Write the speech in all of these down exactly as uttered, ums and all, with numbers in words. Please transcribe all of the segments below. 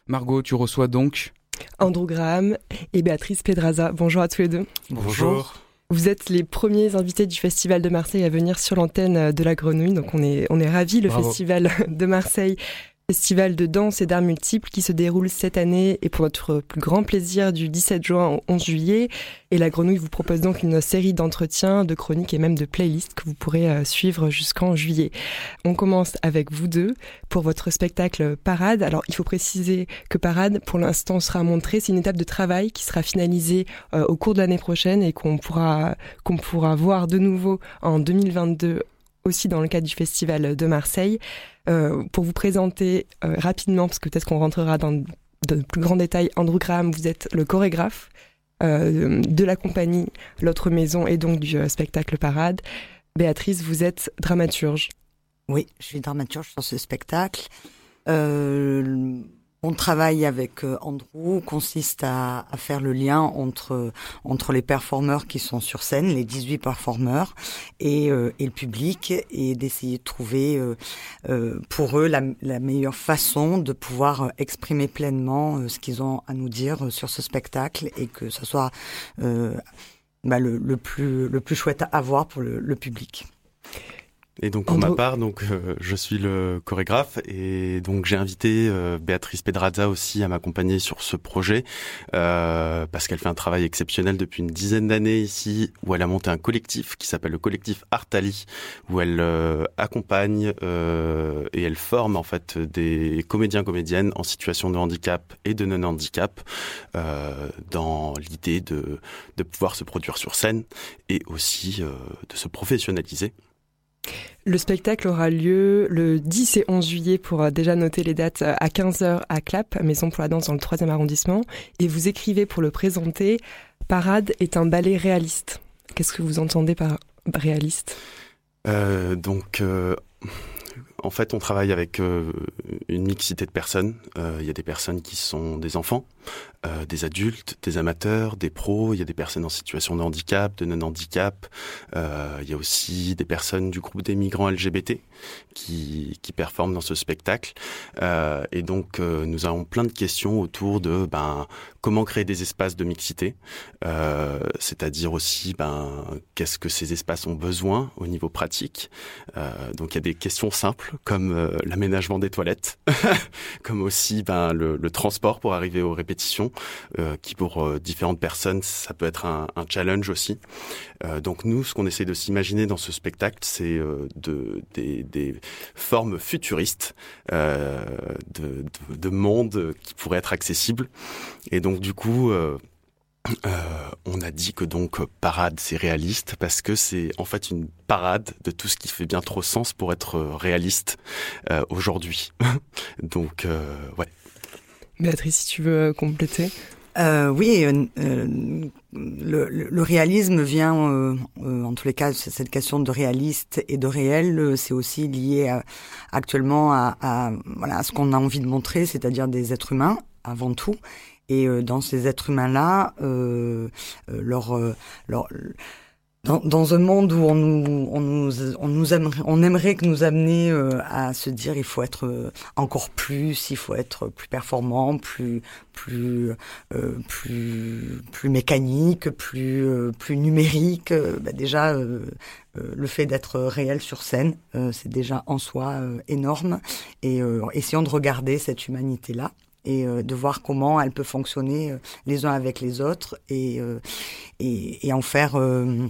Margot, tu reçois donc Andrew Graham et Béatrice Pedraza. Bonjour à tous les deux. Bonjour. Vous êtes les premiers invités du Festival de Marseille à venir sur l'antenne de la Grenouille, donc on est, on est ravis. Le Bravo. Festival de Marseille, festival de danse et d'arts multiples qui se déroule cette année et pour notre plus grand plaisir du dix-sept juin au onze juillet. Et la Grenouille vous propose donc une série d'entretiens, de chroniques et même de playlists que vous pourrez suivre jusqu'en juillet. On commence avec vous deux pour votre spectacle Parade. Alors il faut préciser que Parade pour l'instant sera montré, c'est une étape de travail qui sera finalisée euh, au cours de l'année prochaine et qu'on pourra, qu'on pourra voir de nouveau en deux mille vingt-deux aussi dans le cadre du Festival de Marseille. Euh, pour vous présenter euh, rapidement, parce que peut-être qu'on rentrera dans de plus grands détails, Andrew Graham, vous êtes le chorégraphe euh, de la compagnie L'Autre Maison et donc du euh, spectacle Parade. Béatrice, vous êtes dramaturge. Oui, je suis dramaturge sur ce spectacle. Euh, mon travail avec Andrew consiste à, à faire le lien entre entre les performeurs qui sont sur scène, les dix-huit performeurs, et, euh, et le public, et d'essayer de trouver euh, euh, pour eux la, la meilleure façon de pouvoir exprimer pleinement euh, ce qu'ils ont à nous dire sur ce spectacle, et que ce soit euh, bah, le, le plus le plus chouette à voir pour le, le public. Et donc pour ma part, donc euh, je suis le chorégraphe et donc j'ai invité euh, Béatrice Pedraza aussi à m'accompagner sur ce projet euh, parce qu'elle fait un travail exceptionnel depuis une dizaine d'années ici, où elle a monté un collectif qui s'appelle le collectif Artali, où elle euh, accompagne euh, et elle forme en fait des comédiens comédiennes en situation de handicap et de non-handicap euh, dans l'idée de de pouvoir se produire sur scène et aussi euh, de se professionnaliser. Le spectacle aura lieu le dix et onze juillet, pour déjà noter les dates, à quinze heures à Clap, Maison pour la danse dans le troisième arrondissement. Et vous écrivez pour le présenter, Parade est un ballet réaliste. Qu'est-ce que vous entendez par réaliste ? euh, Donc, euh, en fait, on travaille avec euh, une mixité de personnes. Euh, il y a des personnes qui sont des enfants, euh, des adultes, des amateurs, des pros. Il y a des personnes en situation de handicap, de non-handicap. Euh, il y a aussi des personnes du groupe des migrants L G B T qui, qui performent dans ce spectacle. Euh, et donc, euh, nous avons plein de questions autour de ben, comment créer des espaces de mixité, euh, c'est-à-dire aussi ben, qu'est-ce que ces espaces ont besoin au niveau pratique. Euh, donc, il y a des questions simples comme euh, l'aménagement des toilettes, comme aussi ben, le, le transport pour arriver aux répétitions, euh, qui pour euh, différentes personnes, ça peut être un, un challenge aussi. Euh, donc nous, ce qu'on essaie de s'imaginer dans ce spectacle, c'est euh, de, des, des formes futuristes euh, de, de, de monde qui pourraient être accessibles. Et donc du coup... Euh, Euh, on a dit que donc Parade c'est réaliste parce que c'est en fait une parade de tout ce qui fait bien trop sens pour être réaliste euh, aujourd'hui. Donc euh, ouais. Béatrice, si tu veux compléter. Euh, oui, euh, euh, le, le réalisme vient, euh, euh, en tous les cas, cette question de réaliste et de réel, euh, c'est aussi lié à, actuellement à, à, voilà, à ce qu'on a envie de montrer, c'est-à-dire des êtres humains avant tout. Et euh, dans ces êtres humains-là, euh, euh, leur, euh, leur, dans, dans un monde où on nous, on nous, on nous aimerait, on aimerait que nous amener euh, à se dire, il faut être euh, encore plus, il faut être plus performant, plus, plus, euh, plus, plus mécanique, plus, euh, plus numérique. Euh, bah déjà, euh, euh, le fait d'être réel sur scène, euh, c'est déjà en soi euh, énorme. Et euh, essayons de regarder cette humanité-là, et euh, de voir comment elle peut fonctionner euh, les uns avec les autres, et, euh, et, et en faire, euh,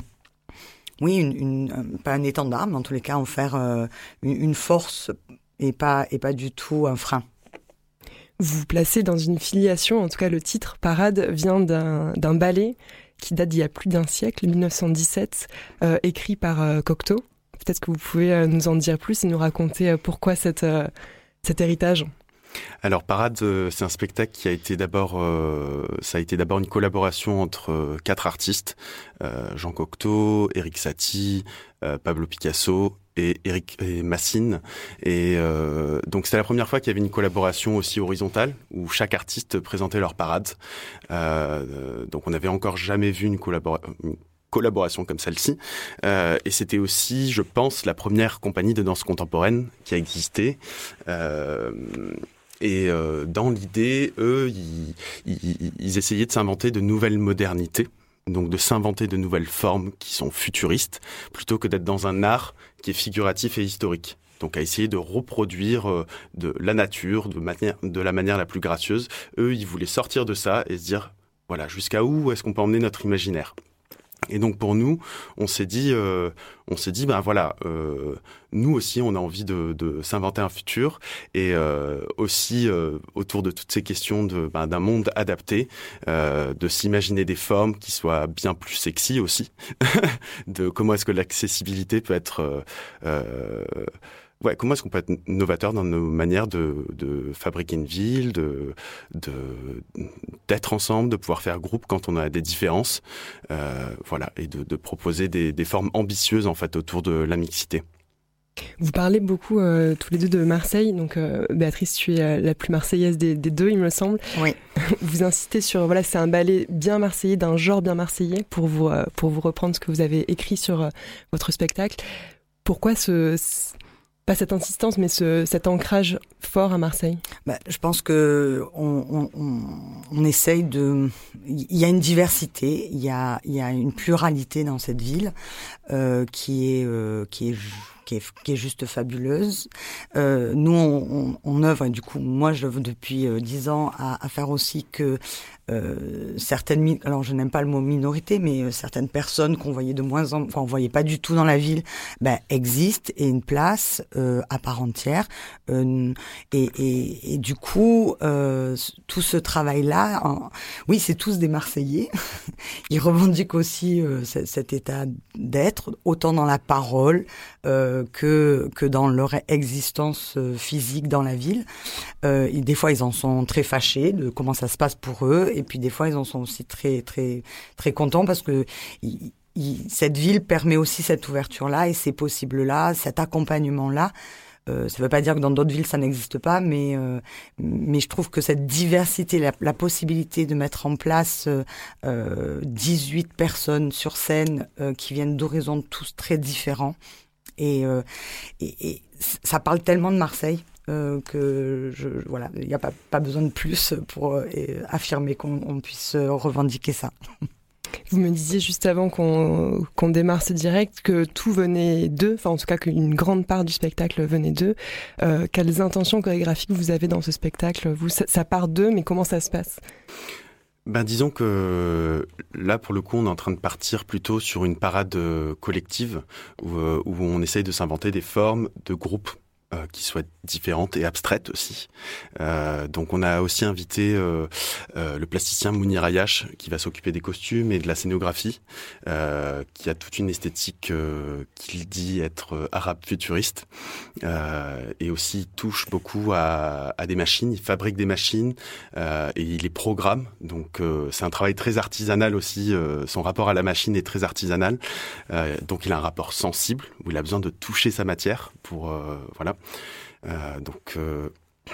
oui, une, une, un, pas un étendard, mais en tous les cas en faire euh, une, une force et pas, et pas du tout un frein. Vous vous placez dans une filiation, en tout cas le titre Parade vient d'un, d'un ballet qui date d'il y a plus d'un siècle, dix-neuf cent dix-sept, euh, écrit par euh, Cocteau. Peut-être que vous pouvez euh, nous en dire plus et nous raconter euh, pourquoi cette, euh, cet héritage. Alors Parade, euh, c'est un spectacle qui a été d'abord, euh, ça a été d'abord une collaboration entre euh, quatre artistes, euh, Jean Cocteau, Éric Satie, euh, Pablo Picasso et Eric et Massine. Et euh, donc c'était la première fois qu'il y avait une collaboration aussi horizontale où chaque artiste présentait leur parade. Euh, donc on n'avait encore jamais vu une collaboration. collaboration comme celle-ci. Euh, et c'était aussi, je pense, la première compagnie de danse contemporaine qui a existé. Euh, Et euh, dans l'idée, eux, ils, ils, ils essayaient de s'inventer de nouvelles modernités, donc de s'inventer de nouvelles formes qui sont futuristes, plutôt que d'être dans un art qui est figuratif et historique. Donc à essayer de reproduire euh, de la nature de, manière, de la manière la plus gracieuse. Eux, ils voulaient sortir de ça et se dire, voilà, jusqu'à où est-ce qu'on peut emmener notre imaginaire ? Et donc pour nous, on s'est dit, euh, on s'est dit, ben voilà, euh, nous aussi, on a envie de, de s'inventer un futur et euh, aussi euh, autour de toutes ces questions de, ben, d'un monde adapté, euh, de s'imaginer des formes qui soient bien plus sexy aussi, de comment est-ce que l'accessibilité peut être euh, euh, Ouais, comment est-ce qu'on peut être novateur dans nos manières de, de fabriquer une ville, de, de, d'être ensemble, de pouvoir faire groupe quand on a des différences, euh, voilà, et de, de proposer des, des formes ambitieuses en fait autour de la mixité. Vous parlez beaucoup euh, tous les deux de Marseille, donc euh, Béatrice, tu es euh, la plus marseillaise des, des deux, il me semble. Oui. Vous insistez sur, voilà, c'est un ballet bien marseillais, d'un genre bien marseillais, pour vous, euh, pour vous reprendre ce que vous avez écrit sur euh, votre spectacle. Pourquoi ce... ce... Pas cette insistance, mais ce, cet ancrage fort à Marseille. Bah, je pense que on, on, on essaye de. Il y a une diversité, il y a, il y a une pluralité dans cette ville euh, qui est euh, qui est qui est qui est juste fabuleuse. Euh, nous, on, on, on œuvre, et du coup, moi, je veux depuis euh, dix ans à, à faire aussi que Euh, certaines, alors je n'aime pas le mot minorité, mais euh, certaines personnes qu'on voyait de moins en, enfin on voyait pas du tout dans la ville, ben existent et une place euh, à part entière. Euh, et, et, et du coup, euh, tout ce travail-là, en, oui, c'est tous des Marseillais. Ils revendiquent aussi euh, c- cet état d'être, autant dans la parole euh, que que dans leur existence euh, physique dans la ville. Euh, et des fois, ils en sont très fâchés de comment ça se passe pour eux. Et puis des fois, ils en sont aussi très très très contents parce que il, il, cette ville permet aussi cette ouverture-là et ces possibles-là, cet accompagnement-là. Euh, ça ne veut pas dire que dans d'autres villes ça n'existe pas, mais euh, mais je trouve que cette diversité, la, la possibilité de mettre en place euh, dix-huit personnes sur scène euh, qui viennent d'horizons tous très différents et, euh, et, et ça parle tellement de Marseille. Euh, que je, voilà, il n'y a pas, pas besoin de plus pour euh, affirmer qu'on on puisse revendiquer ça. Vous me disiez juste avant qu'on, qu'on démarre ce direct que tout venait d'eux, enfin en tout cas qu'une grande part du spectacle venait d'eux. Euh, quelles intentions chorégraphiques vous avez dans ce spectacle ? Vous, ça, ça part d'eux, mais comment ça se passe ? Ben disons que là pour le coup on est en train de partir plutôt sur une parade collective où, où on essaye de s'inventer des formes de groupes Euh, qui soient différentes et abstraites aussi. Euh, donc on a aussi invité euh, euh, le plasticien Mounir Ayash qui va s'occuper des costumes et de la scénographie, euh, qui a toute une esthétique euh, qu'il dit être euh, arabe futuriste, euh, et aussi touche beaucoup à, à des machines, il fabrique des machines euh, et il les programme, donc euh, c'est un travail très artisanal aussi, euh, son rapport à la machine est très artisanal, euh, donc il a un rapport sensible où il a besoin de toucher sa matière pour euh, voilà. Euh, donc euh,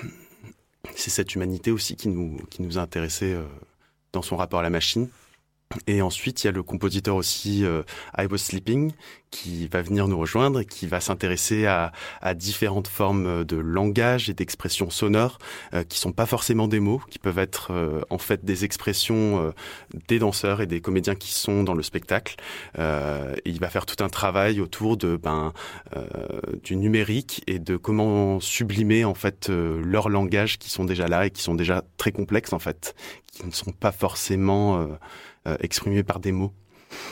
c'est cette humanité aussi qui nous qui nous a intéressés euh, dans son rapport à la machine. Et ensuite, il y a le compositeur aussi euh, I Was Sleeping qui va venir nous rejoindre et qui va s'intéresser à, à différentes formes de langage et d'expressions sonores euh, qui sont pas forcément des mots, qui peuvent être euh, en fait des expressions euh, des danseurs et des comédiens qui sont dans le spectacle. Euh, et il va faire tout un travail autour de ben euh, du numérique et de comment sublimer en fait euh, leurs langages qui sont déjà là et qui sont déjà très complexes en fait, qui ne sont pas forcément euh, Euh, exprimés par des mots.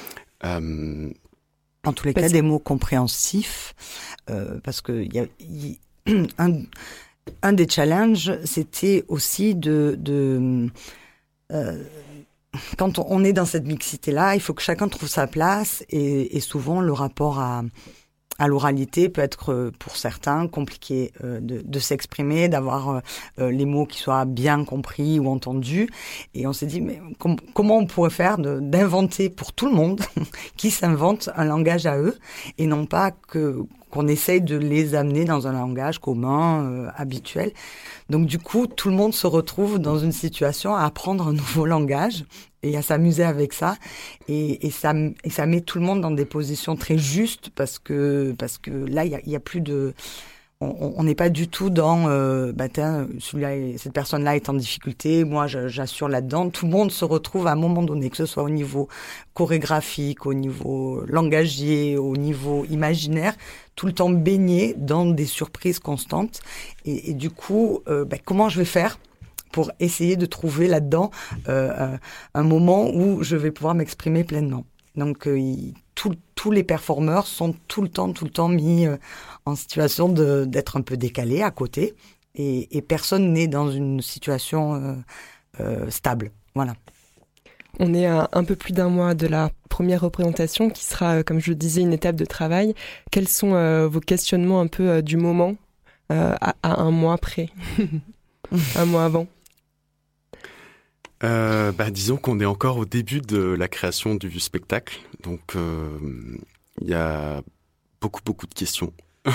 Euh... En tous les cas, des mots compréhensifs, euh, parce que y a, y, un, un des challenges, c'était aussi de... de euh, quand on est dans cette mixité-là, il faut que chacun trouve sa place, et, et souvent le rapport à... à l'oralité peut être pour certains compliqué euh, de, de s'exprimer, d'avoir euh, les mots qui soient bien compris ou entendus. Et on s'est dit, mais com- comment on pourrait faire de, d'inventer pour tout le monde qui s'invente un langage à eux et non pas que qu'on essaye de les amener dans un langage commun, euh, habituel. Donc du coup, tout le monde se retrouve dans une situation à apprendre un nouveau langage et à s'amuser avec ça. Et, et, ça, et ça met tout le monde dans des positions très justes parce que, parce que là, il y a, y a plus de... on n'est pas du tout dans euh, bah, celui-là, cette personne-là est en difficulté, moi je, j'assure là-dedans. Tout le monde se retrouve à un moment donné, que ce soit au niveau chorégraphique, au niveau langagier, au niveau imaginaire, tout le temps baigné dans des surprises constantes. Et, et du coup, euh, bah, comment je vais faire pour essayer de trouver là-dedans euh, un, un moment où je vais pouvoir m'exprimer pleinement. Donc, euh, il, tout, tous les performeurs sont tout le temps, tout le temps mis euh, en situation de, d'être un peu décalés à côté, et, et personne n'est dans une situation euh, euh, stable. Voilà. On est à un peu plus d'un mois de la première représentation, qui sera, comme je le disais, une étape de travail. Quels sont euh, vos questionnements un peu euh, du moment euh, à, à un mois près, un mois avant? Euh, bah, disons qu'on est encore au début de la création du spectacle, donc il euh, y a beaucoup beaucoup de questions.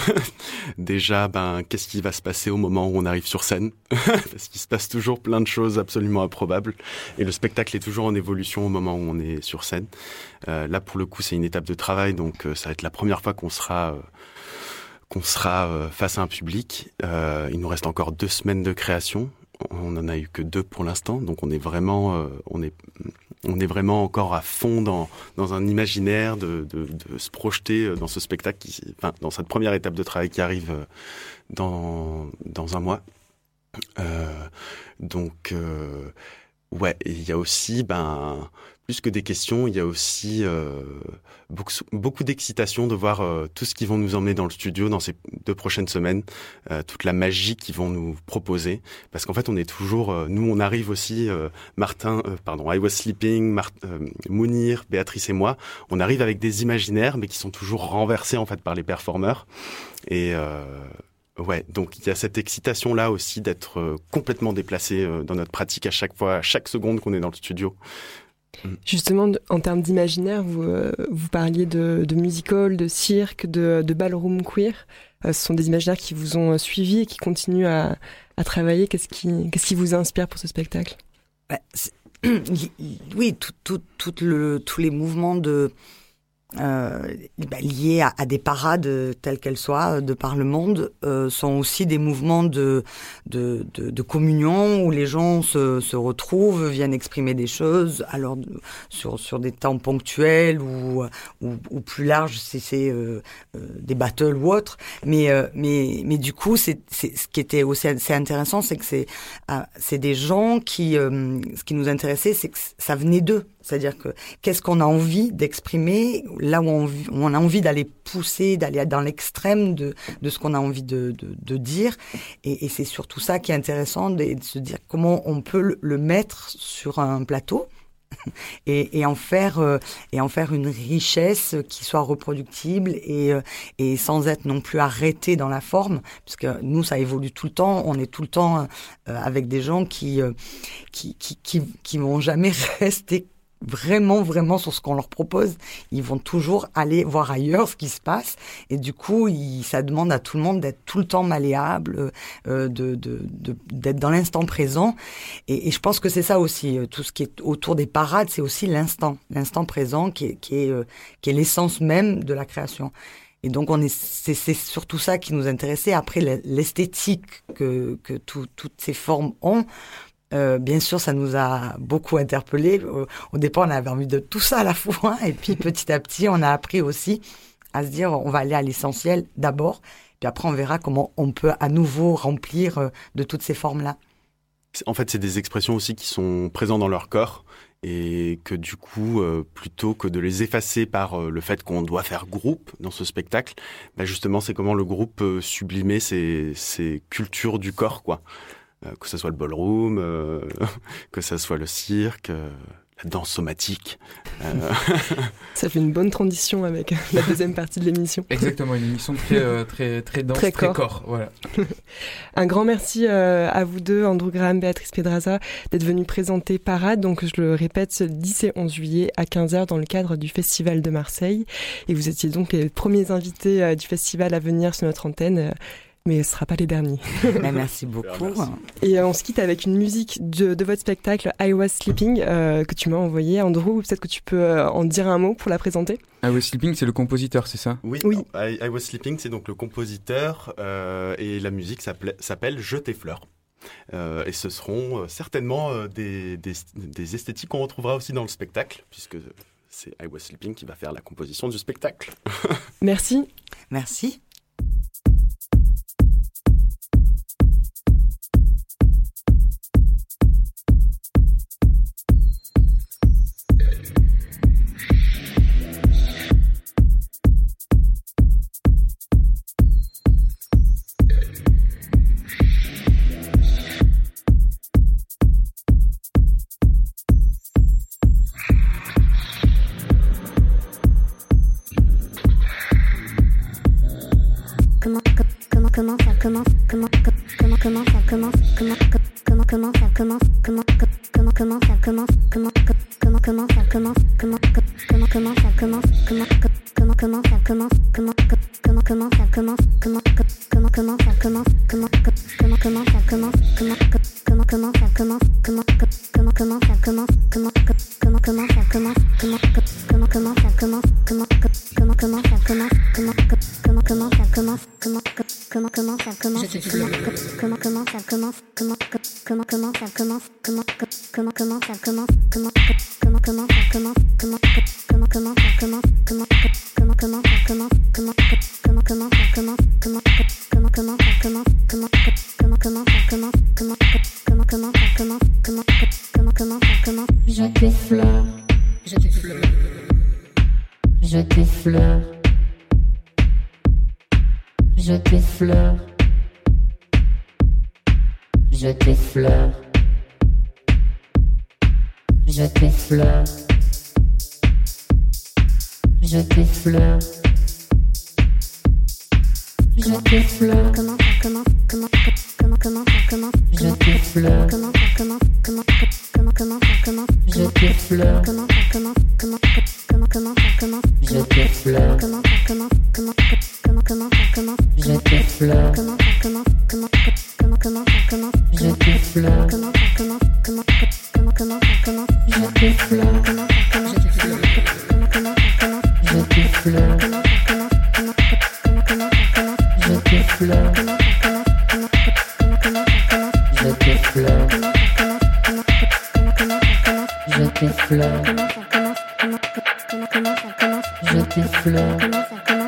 Déjà, ben qu'est-ce qui va se passer au moment où on arrive sur scène? Parce qu'il se passe toujours plein de choses absolument improbables, et le spectacle est toujours en évolution au moment où on est sur scène. Euh, là, pour le coup, c'est une étape de travail, donc euh, ça va être la première fois qu'on sera euh, qu'on sera euh, face à un public. Euh, il nous reste encore deux semaines de création. On n'en a eu que deux pour l'instant, donc on est vraiment, euh, on est, on est vraiment encore à fond dans dans un imaginaire de de, de se projeter dans ce spectacle, qui, enfin, dans cette première étape de travail qui arrive dans dans un mois. Euh, donc euh, ouais, il y a aussi, ben plus que des questions, il y a aussi euh, beaucoup, beaucoup d'excitation de voir euh, tout ce qu'ils vont nous emmener dans le studio dans ces deux prochaines semaines, euh, toute la magie qu'ils vont nous proposer. Parce qu'en fait, on est toujours, euh, nous, on arrive aussi, euh, Martin, euh, pardon, I Was Sleeping, Mar- euh, Mounir, Béatrice et moi, on arrive avec des imaginaires, mais qui sont toujours renversés en fait par les performeurs. Et euh, ouais, donc il y a cette excitation-là aussi d'être euh, complètement déplacé euh, dans notre pratique à chaque fois, à chaque seconde qu'on est dans le studio. Justement, en termes d'imaginaire, vous, euh, vous parliez de, de musical, de cirque, de, de ballroom queer. Euh, ce sont des imaginaires qui vous ont suivi et qui continuent à, à travailler. Qu'est-ce qui, qu'est-ce qui vous inspire pour ce spectacle? bah, Oui, tout, tout, tout le, tous les mouvements de... Euh, bah, liées à, à des parades telles qu'elles soient de par le monde euh, sont aussi des mouvements de, de, de, de communion où les gens se, se retrouvent, viennent exprimer des choses, alors de, sur, sur des temps ponctuels ou, ou, ou plus larges si c'est euh, euh, des battles ou autre. Mais, euh, mais, mais du coup, c'est, c'est, ce qui était aussi assez intéressant, c'est que c'est, euh, c'est des gens qui, euh, ce qui nous intéressait, c'est que ça venait d'eux. C'est-à-dire que qu'est-ce qu'on a envie d'exprimer, là où on, où on a envie d'aller pousser, d'aller dans l'extrême de, de ce qu'on a envie de, de, de dire. Et, et c'est surtout ça qui est intéressant, de, de se dire comment on peut le, le mettre sur un plateau et, et, en faire, euh, et en faire une richesse qui soit reproductible et, euh, et sans être non plus arrêté dans la forme. Parce que nous, ça évolue tout le temps. On est tout le temps euh, avec des gens qui, euh, qui, qui, qui, qui vont jamais rester vraiment, vraiment sur ce qu'on leur propose. Ils vont toujours aller voir ailleurs ce qui se passe. Et du coup, il, ça demande à tout le monde d'être tout le temps malléable, euh, de, de, de, d'être dans l'instant présent. Et, et je pense que c'est ça aussi. Tout ce qui est autour des parades, c'est aussi l'instant. L'instant présent qui est, qui est, euh, qui est l'essence même de la création. Et donc, on est, c'est, c'est surtout ça qui nous intéressait. Après, l'esthétique que, que tout, toutes ces formes ont, Euh, bien sûr, ça nous a beaucoup interpellés. Au, au départ, on avait envie de tout ça à la fois. Et puis, petit à petit, on a appris aussi à se dire, on va aller à l'essentiel d'abord. Puis après, on verra comment on peut à nouveau remplir euh, de toutes ces formes-là. En fait, c'est des expressions aussi qui sont présentes dans leur corps. Et que du coup, euh, plutôt que de les effacer par euh, le fait qu'on doit faire groupe dans ce spectacle, bah justement, c'est comment le groupe peut sublimer ces, ces cultures du corps, quoi. Que ce soit le ballroom, euh, que ce soit le cirque, euh, la danse somatique. Euh... Ça fait une bonne transition avec la deuxième partie de l'émission. Exactement, une émission très, euh, très, très dense, très, très corps. corps voilà. Un grand merci euh, à vous deux, Andrew Graham, Béatrice Pedraza, d'être venus présenter Parade. Donc, je le répète, le dix et onze juillet à quinze heures dans le cadre du Festival de Marseille. Et vous étiez donc les premiers invités euh, du festival à venir sur notre antenne. mais ce ne sera pas les derniers. Ben, merci beaucoup. Merci. Et euh, on se quitte avec une musique de, de votre spectacle I Was Sleeping euh, que tu m'as envoyé, Andrew. Peut-être que tu peux euh, en dire un mot pour la présenter. I Was Sleeping, c'est le compositeur, c'est ça? Oui, Oui. I, I Was Sleeping, c'est donc le compositeur euh, et la musique s'appelle, s'appelle Je t'effleure. Euh, et ce seront euh, certainement euh, des, des, des esthétiques qu'on retrouvera aussi dans le spectacle, puisque c'est I Was Sleeping qui va faire la composition du spectacle. Merci. Merci. Comment comment comment ça commence comment comment comment ça commence comment comment comment ça commence comment comment comment ça commence comment comment comment ça commence comment comment comment ça commence comment comment comment ça commence comment comment comment ça commence comment comment comment ça commence comment comment comment ça commence comment comment comment ça commence comment comment comment ça commence comment comment comment ça commence comment comment comment ça commence comment comment comment ça commence comment comment comment ça commence comment comment comment ça commence comment comment ça commence comment comment comment ça commence comment comment comment ça commence comment comment comment ça commence comment comment comment ça commence comment comment comment ça commence comment comment comment ça commence comment comment comment ça commence comment comment comment ça commence comment comment comment ça commence comment comment comment ça commence je t'effleure je t'effleure je t'effleure je t'effleure je t'effleure je t'effleure je t'effleure je t'effleure comment ça commence comment comment comment ça commence je t'effleure comment ça commence comment comment comment ça commence je t'effleure comment ça commence comment comment comment ça commence je t'effleure comment ça commence comment comment comment ça commence je t'effleure comment ça commence comment comment comment ça commence je t'effleure comment ça commence comment comment comment ça commence je t'effleure comment ça commence comment comment ça commence je t'effleure comment ça commence comment comment comment ça commence je t'effleure comment ça commence comment comment comment ça commence je t'effleure comment ça commence comment comment comment ça commence je t'effleure comment ça commence comment comment comment ça commence je t'effleure comment ça commence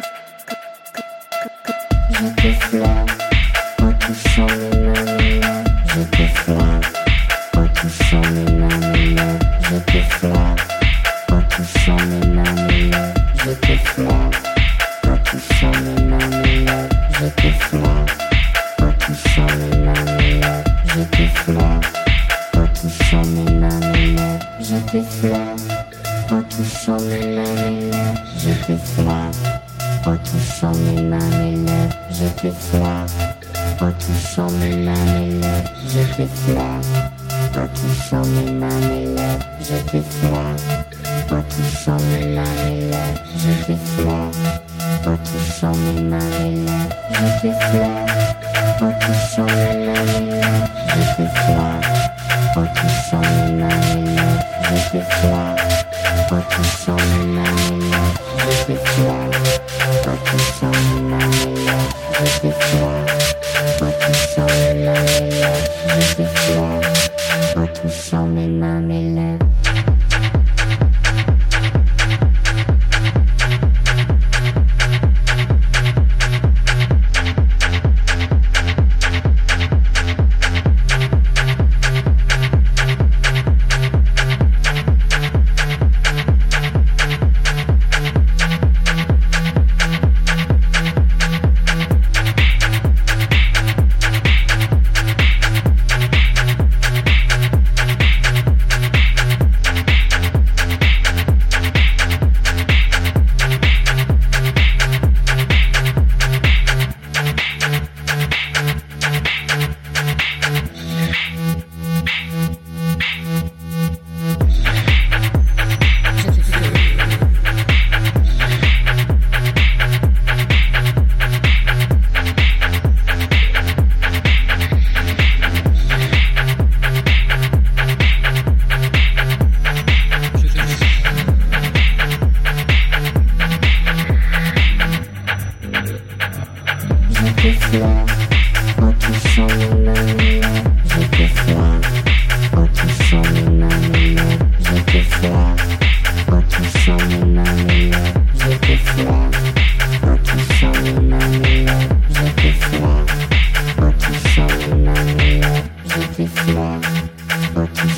je t'effleure en touchant mes mains mes lèvres je t'effleure en touchant mes mains mes lèvres je t'effleure en touchant mes mains mes lèvres je t'effleure en touchant mes mains mes lèvres je t'effleure en touchant mes mains mes lèvres je t'effleure en touchant mes mains mes lèvres je t'effleure en touchant mes mains mes lèvres je t'effleure en touchant mes mains mes lèvres je t'effleure en touchant mes mains mes lèvres je t'effleure en touchant mes mains mes lèvres je t'effleure en touchant mes mains mes lèvres je t'effleure en touchant mes mains mes lèvres je t'effleure en touchant mes mains mes lèvres je t'effleure en touchant mes mains mes lèvres je t'effleure en touchant mes mains mes lèvres je t'effleure en touchant mes mains mes lèvres je t'effleure en touchant mes mains mes lèvres je t'effleure en touchant mes mains mes lèvres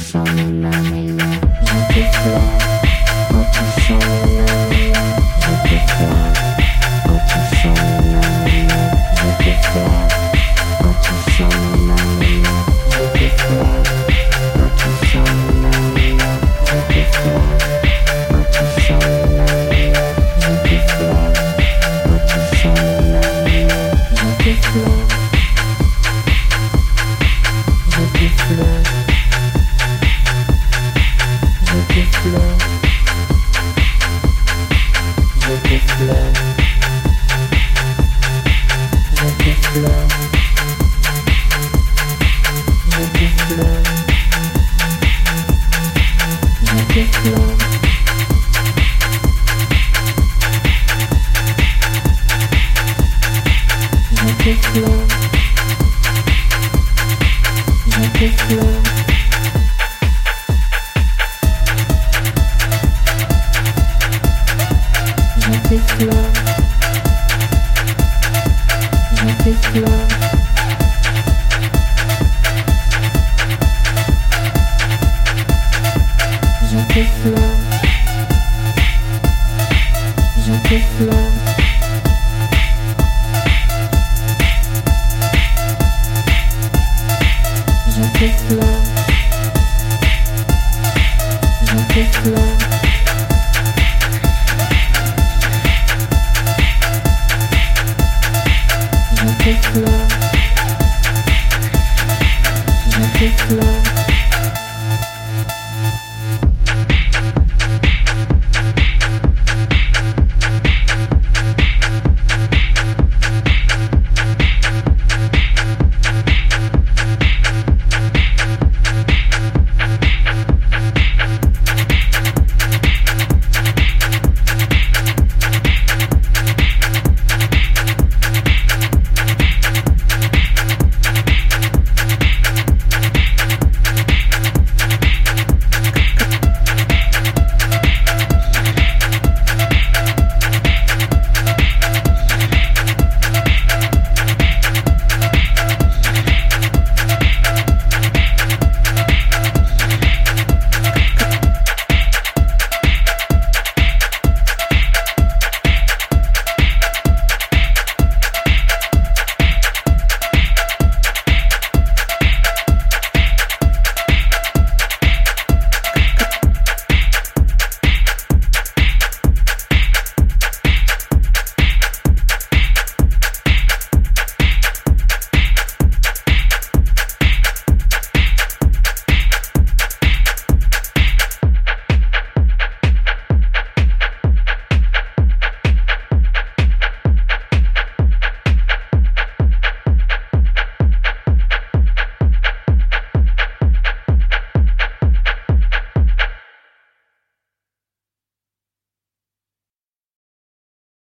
touchant mes mains, mes lèvres, je t'effleure. En touchant mes mains, mes lèvres, je t'effleure. En touchant mes mains, mes lèvres, je t'effleure. En touchant mes mains, mes lèvres, je t'effleure. En touchant mes mains, mes lèvres, je t'effleure. En touchant mes mains, mes lèvres, je t'effleure. En touchant mes mains, mes lèvres, je t'effleure. Je t'effleure. Je t'effleure. Je t'effleure. Je t'effleure. Je t'effleure. Je t'effleure.